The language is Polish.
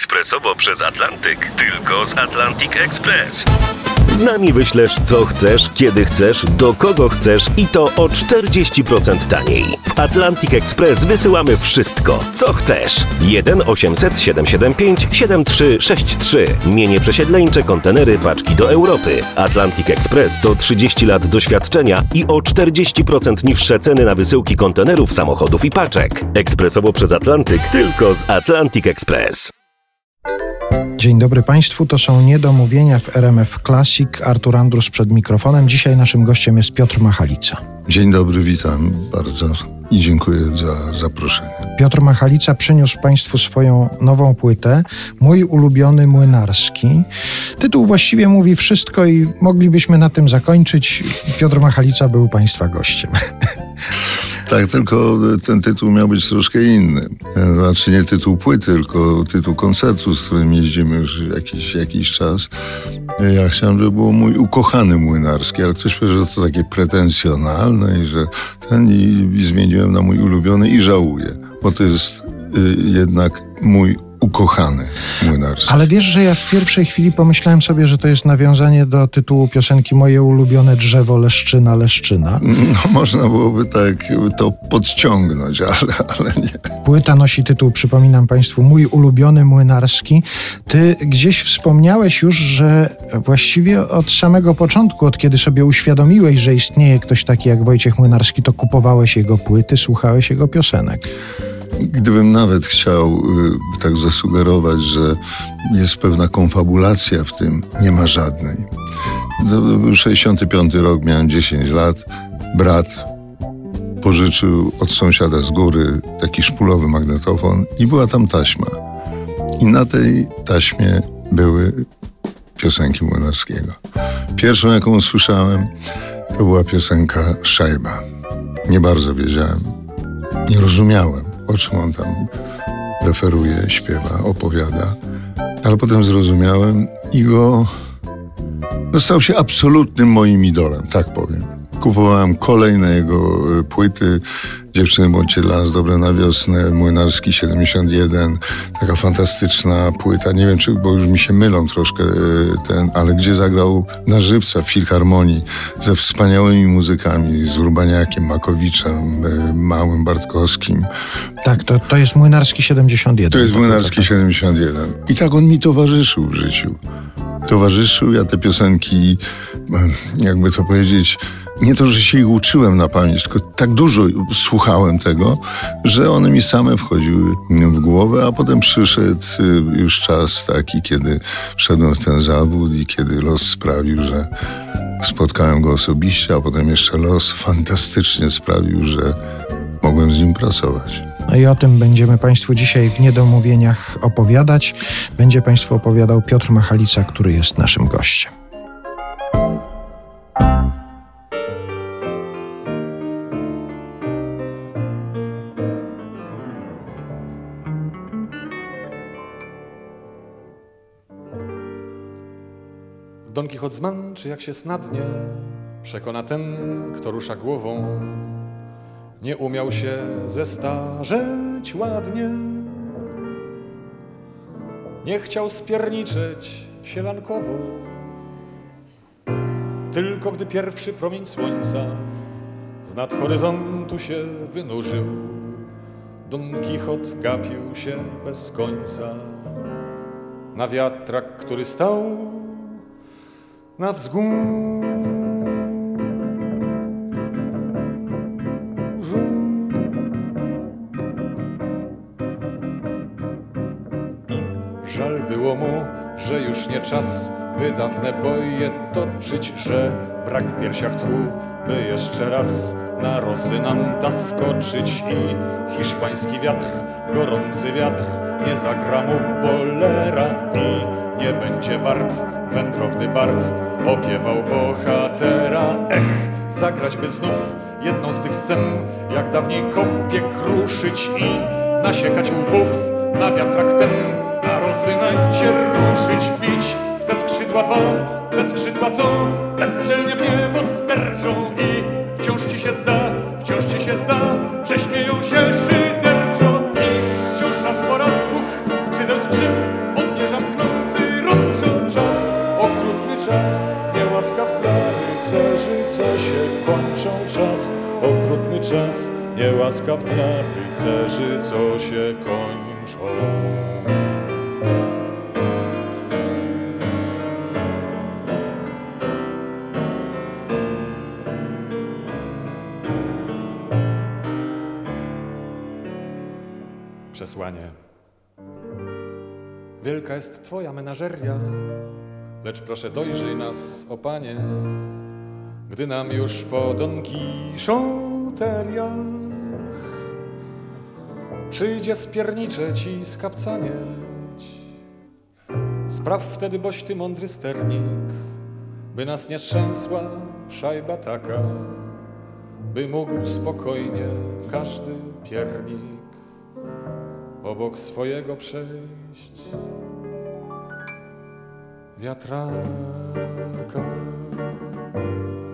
ekspresowo przez Atlantyk. Tylko z Atlantic Express. Z nami wyślesz co chcesz, kiedy chcesz, do kogo chcesz i to o 40% taniej. W Atlantic Express wysyłamy wszystko, co chcesz. 1 800 775 7363. Mienie przesiedleńcze, kontenery, paczki do Europy. Atlantic Express to 30 lat doświadczenia i o 40% niższe ceny na wysyłki kontenerów, samochodów i paczek. Ekspresowo przez Atlantyk, tylko z Atlantic Express. Dzień dobry Państwu, to są Niedomówienia w RMF Classic. Artur Andrus przed mikrofonem. Dzisiaj naszym gościem jest Piotr Machalica. Dzień dobry, witam bardzo i dziękuję za zaproszenie. Piotr Machalica przyniósł Państwu swoją nową płytę, Mój ulubiony Młynarski. Tytuł właściwie mówi wszystko i moglibyśmy na tym zakończyć. Piotr Machalica był Państwa gościem. Tak, tylko ten tytuł miał być troszkę inny. Znaczy nie tytuł płyty, tylko tytuł koncertu, z którym jeździmy już jakiś czas. Ja chciałem, żeby było Mój ukochany Młynarski, ale ktoś powiedział, że to takie pretensjonalne i że i zmieniłem na Mój ulubiony i żałuję, bo to jest jednak mój ukochany Młynarski. Ale wiesz, że ja w pierwszej chwili pomyślałem sobie, że to jest nawiązanie do tytułu piosenki Moje ulubione drzewo Leszczyna, Leszczyna. No, można byłoby tak to podciągnąć, ale nie. Płyta nosi tytuł, przypominam Państwu, Mój ulubiony Młynarski. Ty gdzieś wspomniałeś już, że właściwie od samego początku, od kiedy sobie uświadomiłeś, że istnieje ktoś taki jak Wojciech Młynarski, to kupowałeś jego płyty, słuchałeś jego piosenek. Gdybym nawet chciał tak zasugerować, że jest pewna konfabulacja w tym, nie ma żadnej. To był 65 rok, miałem 10 lat. Brat pożyczył od sąsiada z góry taki szpulowy magnetofon i była tam taśma. I na tej taśmie były piosenki Młynarskiego. Pierwszą, jaką usłyszałem, to była piosenka Szajba. Nie bardzo wiedziałem, nie rozumiałem, o czym on tam referuje, śpiewa, opowiada. Ale potem zrozumiałem i stał się absolutnym moim idolem, tak powiem. Kupowałem kolejne jego płyty. Dziewczyny bądźcie dla nas dobre na wiosnę, Młynarski 71, taka fantastyczna płyta. Nie wiem, bo już mi się mylą troszkę ale gdzie zagrał na żywca w Filharmonii ze wspaniałymi muzykami, z Urbaniakiem, Makowiczem, Małym Bartkowskim. Tak, to jest Młynarski 71. To jest Młynarski 71. I tak on mi towarzyszył w życiu. Ja te piosenki, jakby to powiedzieć, nie to, że się ich uczyłem na pamięć, tylko tak dużo słuchałem tego, że one mi same wchodziły w głowę, a potem przyszedł już czas taki, kiedy wszedłem w ten zawód i kiedy los sprawił, że spotkałem go osobiście, a potem jeszcze los fantastycznie sprawił, że mogłem z nim pracować. No i o tym będziemy Państwu dzisiaj w Niedomówieniach opowiadać. Będzie Państwu opowiadał Piotr Machalica, który jest naszym gościem. Don Kichot zmęczy, jak się snadnie, przekona ten, kto rusza głową. Nie umiał się zestarzeć ładnie, nie chciał spierniczeć sielankowo. Tylko gdy pierwszy promień słońca z nad horyzontu się wynurzył, Don Kichot gapił się bez końca na wiatrak, który stał na wzgórzu. Żal było mu, że już nie czas, by dawne boje toczyć, że brak w piersiach tchu, by jeszcze raz na Rosynanta skoczyć. I hiszpański wiatr, gorący wiatr, nie zagra mu bolera i nie będzie Bart, wędrowny Bart, opiewał bohatera. Zagrać by znów jedną z tych scen, jak dawniej kopie kruszyć i nasiekać łbów na wiatrak ten, na Rosynancie ruszyć, bić w te skrzydła dwa, te skrzydła co bezczelnie w niebo sterczą. I wciąż ci się zda, że śmieją się szyderczo. I wciąż raz po raz dwóch skrzydeł skrzyp odmierzam knący rączo czas, okrutny czas, niełaskaw dla rycerzy, co się kończą czas, okrutny czas, niełaskaw dla rycerzy, co się kończą. Przesłanie. Wielka jest twoja menażeria, lecz proszę dojrzyj nas, o Panie, gdy nam już po Don Kiszonteriach przyjdzie spiernicze ci skapcanieć. Spraw wtedy, boś ty mądry sternik, by nas nie trzęsła szajba taka, by mógł spokojnie każdy piernik obok swojego przejść wiatraka.